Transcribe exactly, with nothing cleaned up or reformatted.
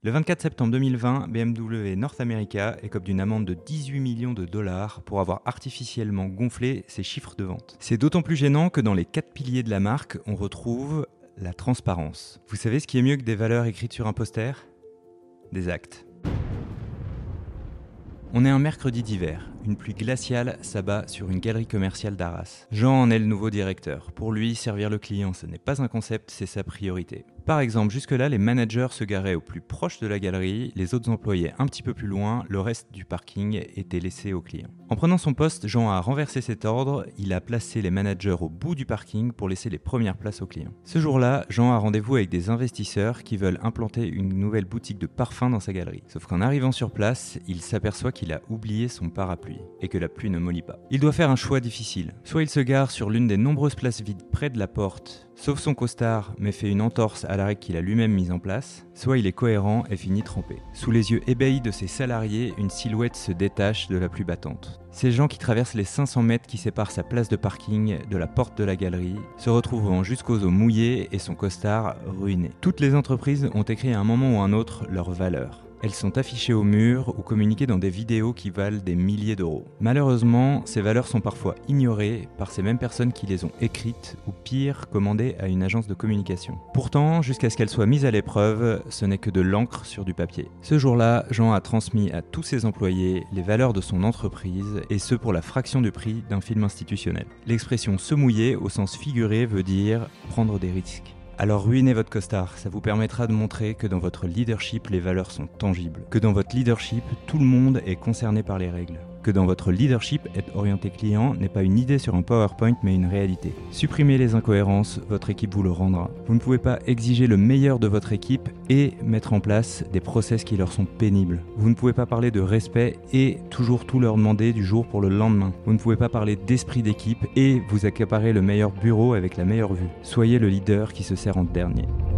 Le vingt-quatre septembre deux mille vingt, B M W North America écope d'une amende de dix-huit millions de dollars pour avoir artificiellement gonflé ses chiffres de vente. C'est d'autant plus gênant que dans les quatre piliers de la marque, on retrouve la transparence. Vous savez ce qui est mieux que des valeurs écrites sur un poster ? Des actes. On est un mercredi d'hiver. Une pluie glaciale s'abat sur une galerie commerciale d'Arras. Jean en est le nouveau directeur. Pour lui, servir le client, ce n'est pas un concept, c'est sa priorité. Par exemple, jusque-là, les managers se garaient au plus proche de la galerie, les autres employés un petit peu plus loin, le reste du parking était laissé aux clients. En prenant son poste, Jean a renversé cet ordre, il a placé les managers au bout du parking pour laisser les premières places aux clients. Ce jour-là, Jean a rendez-vous avec des investisseurs qui veulent implanter une nouvelle boutique de parfums dans sa galerie. Sauf qu'en arrivant sur place, il s'aperçoit qu'il a oublié son parapluie et que la pluie ne mollit pas. Il doit faire un choix difficile. Soit il se gare sur l'une des nombreuses places vides près de la porte, sauve son costard mais fait une entorse à la règle qu'il a lui-même mise en place, soit il est cohérent et finit trempé. Sous les yeux ébahis de ses salariés, une silhouette se détache de la pluie battante. Ces gens qui traversent les cinq cents mètres qui séparent sa place de parking de la porte de la galerie, se retrouvant jusqu'aux os mouillés et son costard ruiné. Toutes les entreprises ont écrit à un moment ou un autre leurs valeurs. Elles sont affichées au mur ou communiquées dans des vidéos qui valent des milliers d'euros. Malheureusement, ces valeurs sont parfois ignorées par ces mêmes personnes qui les ont écrites ou pire, commandées à une agence de communication. Pourtant, jusqu'à ce qu'elles soient mises à l'épreuve, ce n'est que de l'encre sur du papier. Ce jour-là, Jean a transmis à tous ses employés les valeurs de son entreprise et ce pour la fraction du prix d'un film institutionnel. L'expression « se mouiller » au sens figuré veut dire prendre des risques. Alors ruinez votre costard, ça vous permettra de montrer que dans votre leadership, les valeurs sont tangibles. Que dans votre leadership, tout le monde est concerné par les règles. Que dans votre leadership, être orienté client n'est pas une idée sur un PowerPoint mais une réalité. Supprimez les incohérences, votre équipe vous le rendra. Vous ne pouvez pas exiger le meilleur de votre équipe et mettre en place des process qui leur sont pénibles. Vous ne pouvez pas parler de respect et toujours tout leur demander du jour pour le lendemain. Vous ne pouvez pas parler d'esprit d'équipe et vous accaparer le meilleur bureau avec la meilleure vue. Soyez le leader qui se sert en dernier.